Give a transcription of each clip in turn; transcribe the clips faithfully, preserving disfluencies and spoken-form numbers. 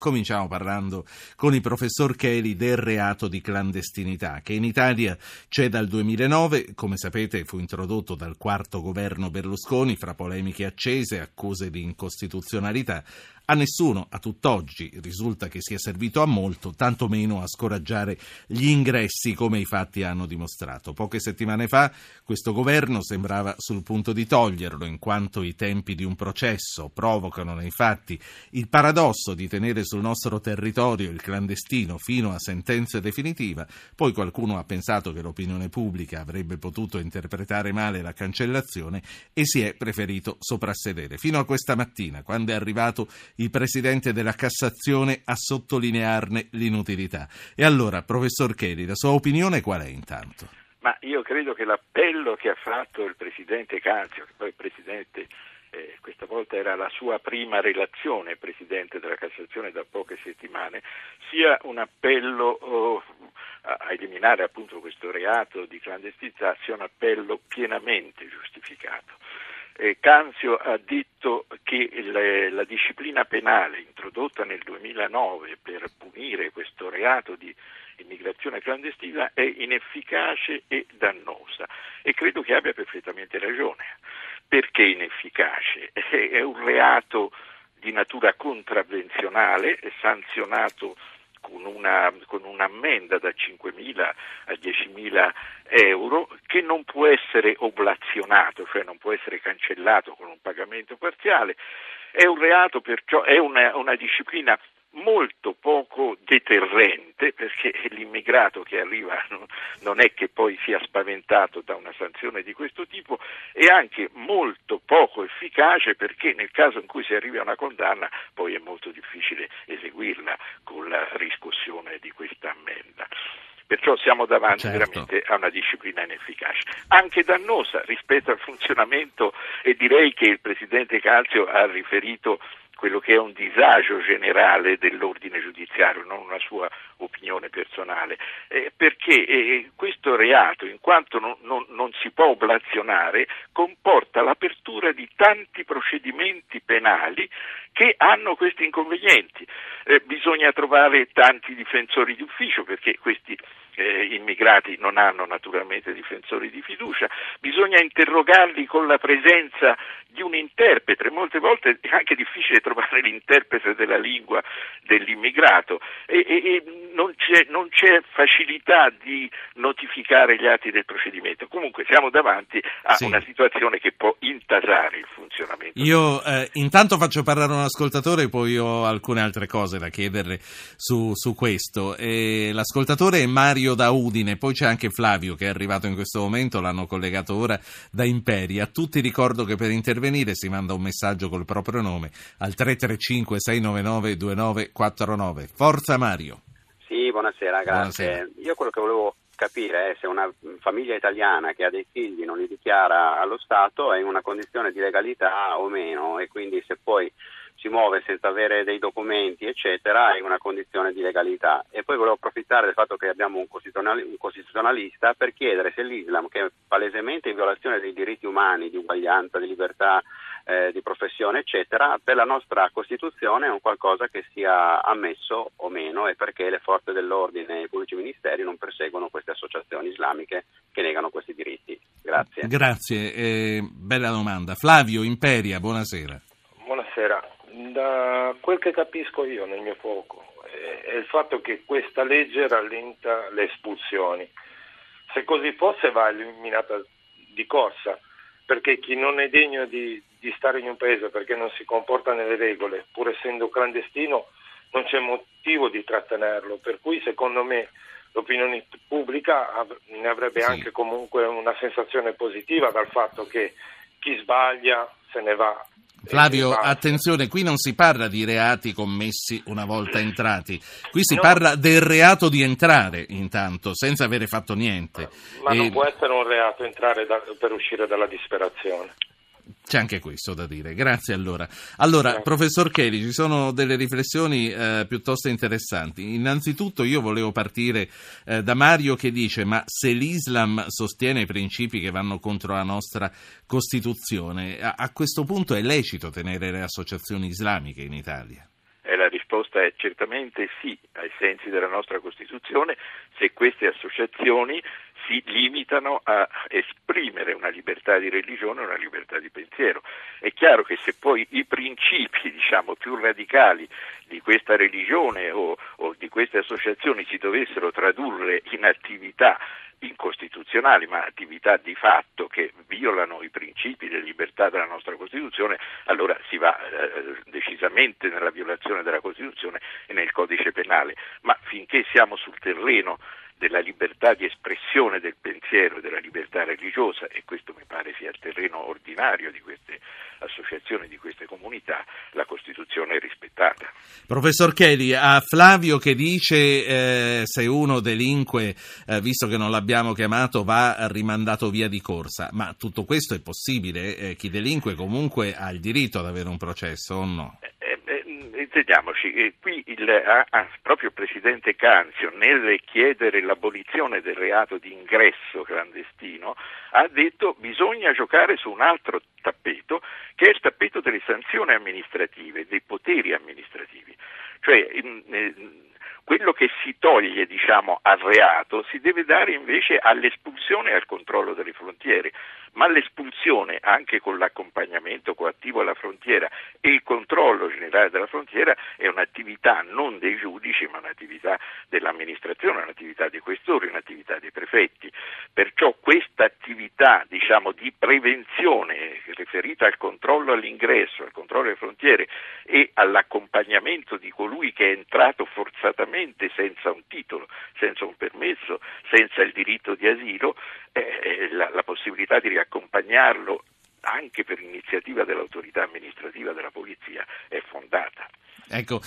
Cominciamo parlando con il professor Cheli del reato di clandestinità, che in Italia c'è dal duemilanove, come sapete fu introdotto dal quarto governo Berlusconi, fra polemiche accese, accuse di incostituzionalità. A nessuno, a tutt'oggi, risulta che sia servito a molto, tantomeno a scoraggiare gli ingressi, come i fatti hanno dimostrato. Poche settimane fa questo governo sembrava sul punto di toglierlo, in quanto i tempi di un processo provocano nei fatti il paradosso di tenere sul nostro territorio il clandestino fino a sentenza definitiva. Poi qualcuno ha pensato che l'opinione pubblica avrebbe potuto interpretare male la cancellazione e si è preferito soprassedere. Fino a questa mattina, quando è arrivato il Presidente della Cassazione a sottolinearne l'inutilità. E allora, professor Cheli, la sua opinione qual è intanto? Ma io credo che l'appello che ha fatto il Presidente Canzio, che poi il Presidente, eh, questa volta era la sua prima relazione, Presidente della Cassazione da poche settimane, sia un appello oh, a eliminare appunto questo reato di clandestinità, sia un appello pienamente giustificato. Eh, Canzio ha detto che le, la disciplina penale introdotta nel duemilanove per punire questo reato di immigrazione clandestina è inefficace e dannosa, e credo che abbia perfettamente ragione. Perché inefficace? È, è un reato di natura contravvenzionale, è sanzionato con una con un'ammenda da cinquemila a diecimila euro, che non può essere oblazionato, cioè non può essere cancellato con un pagamento parziale. È un reato, perciò è una, una disciplina molto poco deterrente, perché l'immigrato che arriva non, non è che poi sia spaventato da una sanzione di questo tipo, e anche molto poco efficace, perché nel caso in cui si arrivi a una condanna poi è molto difficile eseguirla con la riscossione di questa ammenda. Perciò siamo davanti certo. veramente a una disciplina inefficace, anche dannosa rispetto al funzionamento, e direi che il Presidente Canzio ha riferito quello che è un disagio generale dell'ordine giudiziario, non una sua opinione personale, eh, perché eh, questo reato, in quanto non, non, non si può oblazionare, comporta l'apertura di tanti procedimenti penali che hanno questi inconvenienti. Eh, bisogna trovare tanti difensori d'ufficio, perché questi eh, immigrati non hanno naturalmente difensori di fiducia, bisogna interrogarli con la presenza di un interprete, molte volte è anche difficile trovare l'interprete della lingua dell'immigrato, e, e, e non c'è, non c'è facilità di notificare gli atti del procedimento. Comunque siamo davanti a sì. una situazione che può intasare il funzionamento. Io eh, intanto faccio parlare un ascoltatore, poi ho alcune altre cose da chiederle su, su questo. E l'ascoltatore è Mario da Udine, poi c'è anche Flavio che è arrivato in questo momento, l'hanno collegato ora da Imperia. A tutti ricordo che per intervenire si manda un messaggio col proprio nome al tre tre cinque sei nove nove due nove quattro nove. Forza Mario. Sì, buonasera, grazie. Buonasera. Io quello che volevo capire è se una famiglia italiana che ha dei figli non li dichiara allo Stato è in una condizione di legalità o meno, e quindi se poi si muove senza avere dei documenti eccetera è in una condizione di legalità. E poi volevo approfittare del fatto che abbiamo un costituzionalista per chiedere se l'Islam, che è palesemente in violazione dei diritti umani, di uguaglianza, di libertà, eh, di professione eccetera, per la nostra Costituzione è un qualcosa che sia ammesso o meno, e perché le forze dell'ordine e i pubblici ministeri non perseguono queste associazioni islamiche che negano questi diritti. Grazie. Grazie, eh, bella domanda. Flavio, Imperia, buonasera. Buonasera. Da quel che capisco io nel mio fuoco è il fatto che questa legge rallenta le espulsioni. Se così fosse va eliminata di corsa, perché chi non è degno di, di stare in un paese perché non si comporta nelle regole, pur essendo clandestino, non c'è motivo di trattenerlo, per cui secondo me l'opinione pubblica ne avrebbe sì. anche comunque una sensazione positiva dal fatto che chi sbaglia se ne va. Flavio, attenzione, qui non si parla di reati commessi una volta entrati, qui si no. parla del reato di entrare intanto, senza avere fatto niente. Ma e... non può essere un reato entrare da, per uscire dalla disperazione. C'è anche questo da dire, grazie allora. Allora, sì. professor Cheli, ci sono delle riflessioni eh, piuttosto interessanti. Innanzitutto io volevo partire eh, da Mario che dice: ma se l'Islam sostiene principi che vanno contro la nostra Costituzione, a, a questo punto è lecito tenere le associazioni islamiche in Italia? E la risposta risposta è certamente sì, ai sensi della nostra Costituzione, se queste associazioni si limitano a esprimere una libertà di religione e una libertà di pensiero. È chiaro che se poi i principi, diciamo, più radicali di questa religione o, o di queste associazioni si dovessero tradurre in attività incostituzionali, ma attività di fatto che violano i principi della libertà della nostra Costituzione, allora si va eh, decisamente nella violazione della Costituzione e nel codice penale. Ma finché siamo sul terreno della libertà di espressione del pensiero e della libertà religiosa, e questo mi pare sia il terreno ordinario di queste associazioni, di queste comunità, la Costituzione è rispettata. Professor Cheli, a Flavio che dice eh, se uno delinque, eh, visto che non l'abbiamo chiamato, va rimandato via di corsa, ma tutto questo è possibile? Eh, chi delinque comunque ha il diritto ad avere un processo o no? Eh, eh, intendiamoci, eh, qui il, ah, ah, proprio il Presidente Canzio, nel chiedere l'abolizione del reato di ingresso clandestino, ha detto bisogna giocare su un altro tappeto, che è il tappeto delle sanzioni amministrative, dei poteri amministrativi. Cioè, in, eh, quello che si toglie, diciamo, al reato si deve dare invece all'espulsione e al controllo delle frontiere, ma l'espulsione, anche con l'accompagnamento coattivo alla frontiera e il controllo generale della frontiera, è un'attività non dei giudici, ma un'attività dell'amministrazione, un'attività dei questori, un'attività dei prefetti. Perciò questa attività, diciamo, di prevenzione riferita al controllo all'ingresso, al controllo alle frontiere e all'accompagnamento di colui che è entrato forzatamente senza un titolo, senza un permesso, senza il diritto di asilo, eh, la, la possibilità di riaccompagnarlo anche per iniziativa dell'autorità amministrativa della polizia è fondata. Ecco,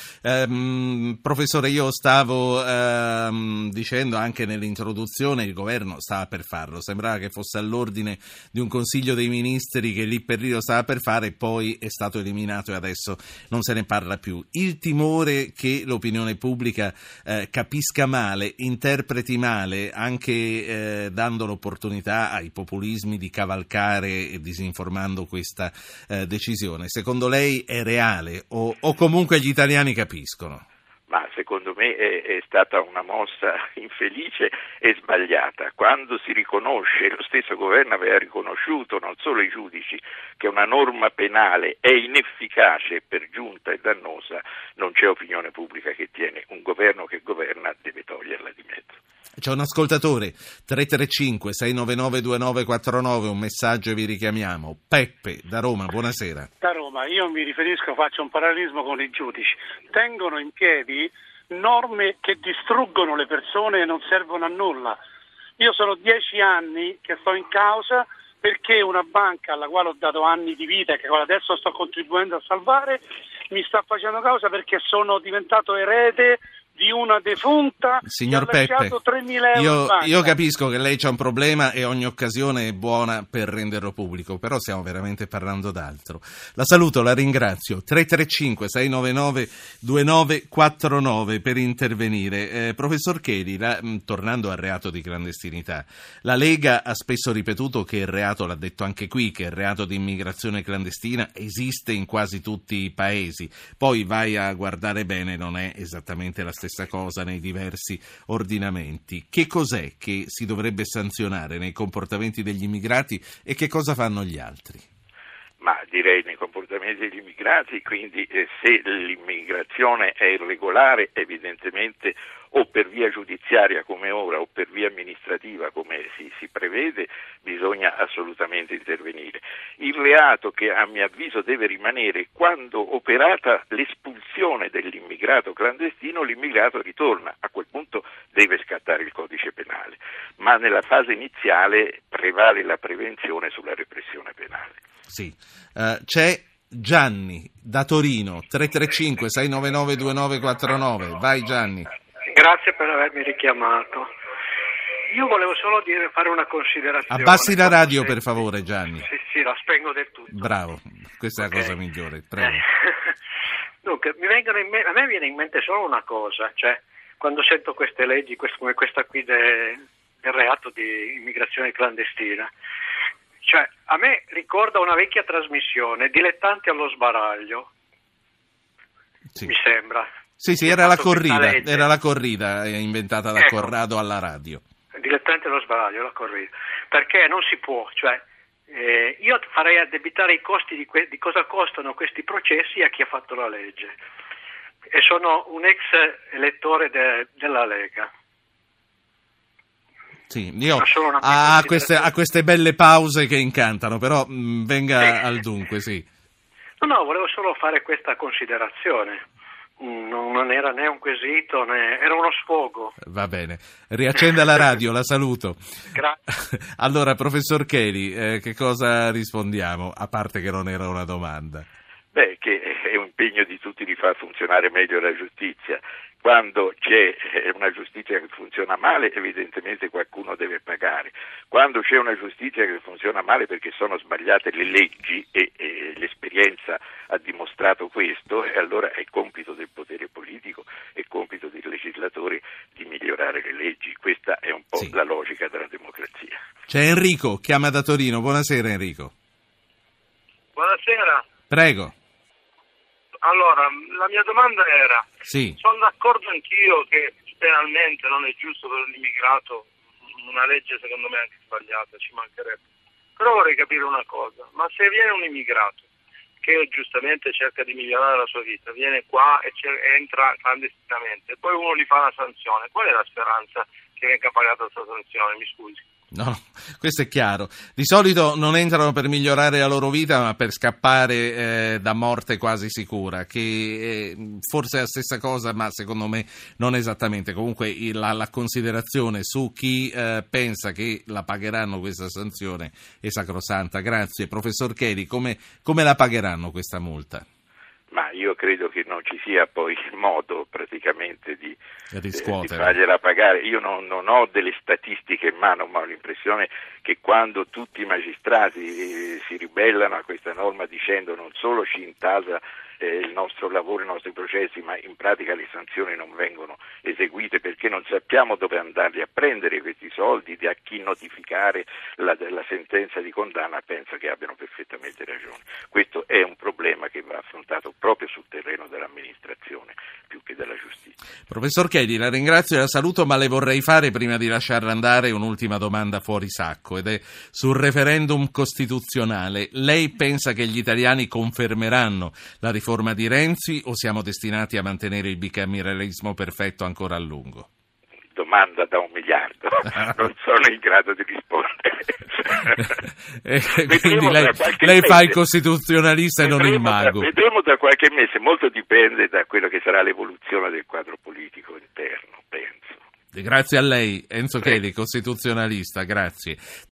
ehm, professore, io stavo ehm, dicendo anche nell'introduzione, il governo stava per farlo, sembrava che fosse all'ordine di un Consiglio dei Ministri che lì per lì lo stava per fare e poi è stato eliminato e adesso non se ne parla più. Il timore che l'opinione pubblica eh, capisca male, interpreti male, anche eh, dando l'opportunità ai populismi di cavalcare e disinformando questa eh, decisione, secondo lei è reale o, o comunque gli italiani capiscono? Ma secondo me è, è stata una mossa infelice e sbagliata. Quando si riconosce, lo stesso governo aveva riconosciuto, non solo i giudici, che una norma penale è inefficace per giunta e dannosa, non c'è opinione pubblica che tiene. Un governo che governa deve toglierla di mezzo. C'è un ascoltatore, tre tre cinque sei nove nove due nove quattro nove, un messaggio e vi richiamiamo. Peppe da Roma, buonasera. Da Roma, io mi riferisco, faccio un parallelismo con i giudici. Tengono in piedi norme che distruggono le persone e non servono a nulla. Io sono dieci anni che sto in causa perché una banca alla quale ho dato anni di vita e che adesso sto contribuendo a salvare mi sta facendo causa perché sono diventato erede di una defunta. Signor che ha Peppe, tremila euro io, in banca. io capisco che lei c'ha un problema e ogni occasione è buona per renderlo pubblico, però stiamo veramente parlando d'altro. La saluto, la ringrazio. tre tre cinque sei nove nove due nove quattro nove per intervenire. Eh, professor Cheli, la, mh, tornando al reato di clandestinità, la Lega ha spesso ripetuto che il reato, l'ha detto anche qui, che il reato di immigrazione clandestina esiste in quasi tutti i paesi. Poi vai a guardare bene, non è esattamente la stessa stessa cosa nei diversi ordinamenti. Che cos'è che si dovrebbe sanzionare nei comportamenti degli immigrati e che cosa fanno gli altri? Ma direi nei comportamenti degli immigrati, quindi eh, se l'immigrazione è irregolare, evidentemente o per via giudiziaria come ora o per via amministrativa come si, si prevede, bisogna assolutamente intervenire. Il reato che a mio avviso deve rimanere quando operata l'espulsione dell'immigrato clandestino, l'immigrato ritorna, a quel punto deve scattare il codice penale, ma nella fase iniziale prevale la prevenzione sulla repressione penale. Sì, uh, c'è Gianni da Torino, tre tre cinque sei nove nove due nove quattro nove, vai Gianni. Grazie per avermi richiamato. Io volevo solo dire, fare una considerazione. Abbassi la radio per favore Gianni. Sì, sì, la spengo del tutto. Bravo, questa okay. è la cosa migliore, prego. Eh. Dunque, mi vengono in me- a me viene in mente solo una cosa, cioè quando sento queste leggi, quest- come questa qui de- del reato di immigrazione clandestina, cioè a me ricorda una vecchia trasmissione, Dilettanti allo sbaraglio, sì. Mi sembra, Sì, sì, era la corrida, era la corrida inventata da ecco, Corrado alla radio. Dilettante lo sbaglio, la corrida. Perché non si può, cioè eh, io farei addebitare i costi di, que- di cosa costano questi processi a chi ha fatto la legge. E sono un ex elettore de- della Lega. Sì, io a queste, a queste belle pause che incantano, però mh, venga sì. al dunque, sì. No, no, volevo solo fare questa considerazione. Non era né un quesito, né... era uno sfogo. Va bene, riaccenda la radio, la saluto. Grazie. Allora, professor Cheli, eh, che cosa rispondiamo, a parte che non era una domanda? Beh, che è un impegno di tutti di far funzionare meglio la giustizia. Quando c'è una giustizia che funziona male, evidentemente qualcuno deve pagare. Quando c'è una giustizia che funziona male perché sono sbagliate le leggi e, e l'esperienza ha dimostrato questo, e allora è compito del potere politico, è compito del legislatore di migliorare le leggi. Questa è un po' sì. la logica della democrazia. C'è Enrico, chiama da Torino. Buonasera Enrico. Buonasera. Prego. Allora, la mia domanda era, sì. sono d'accordo anch'io che penalmente non è giusto per l'immigrato, una legge secondo me anche sbagliata, ci mancherebbe. Però vorrei capire una cosa, ma se viene un immigrato che giustamente cerca di migliorare la sua vita, viene qua e entra clandestinamente, poi uno gli fa una sanzione, qual è la speranza che venga pagata questa sanzione, mi scusi? No, questo è chiaro. Di solito non entrano per migliorare la loro vita, ma per scappare eh, da morte quasi sicura, che eh, forse è la stessa cosa, ma secondo me non esattamente. Comunque la, la considerazione su chi eh, pensa che la pagheranno questa sanzione è sacrosanta. Grazie. Professor Cheli, come, come la pagheranno questa multa? Ma io credo che non ci sia poi il modo praticamente di, eh, di fargliela pagare. Io non, non ho delle statistiche in mano, ma ho l'impressione che quando tutti i magistrati eh, si ribellano a questa norma dicendo non solo ci intasa eh, il nostro lavoro, i nostri processi, ma in pratica le sanzioni non vengono eseguite perché non sappiamo dove andarli a prendere questi soldi, a chi notificare la, la sentenza di condanna, penso che abbiano perfettamente ragione. Questo è un problema che va affrontato proprio sul terreno dell'amministrazione più che della giustizia. Professor Cheli, la ringrazio e la saluto, ma le vorrei fare, prima di lasciarla andare, un'ultima domanda fuori sacco, ed è sul referendum costituzionale. Lei pensa che gli italiani confermeranno la riforma di Renzi o siamo destinati a mantenere il bicameralismo perfetto ancora a lungo? Domanda da un miliardo, non sono in grado di rispondere. eh, quindi lei, lei fa il costituzionalista e non il mago. Da, vedremo da qualche mese, molto dipende da quello che sarà l'evoluzione del quadro politico interno, penso. Grazie a lei, Enzo Cheli, costituzionalista, grazie.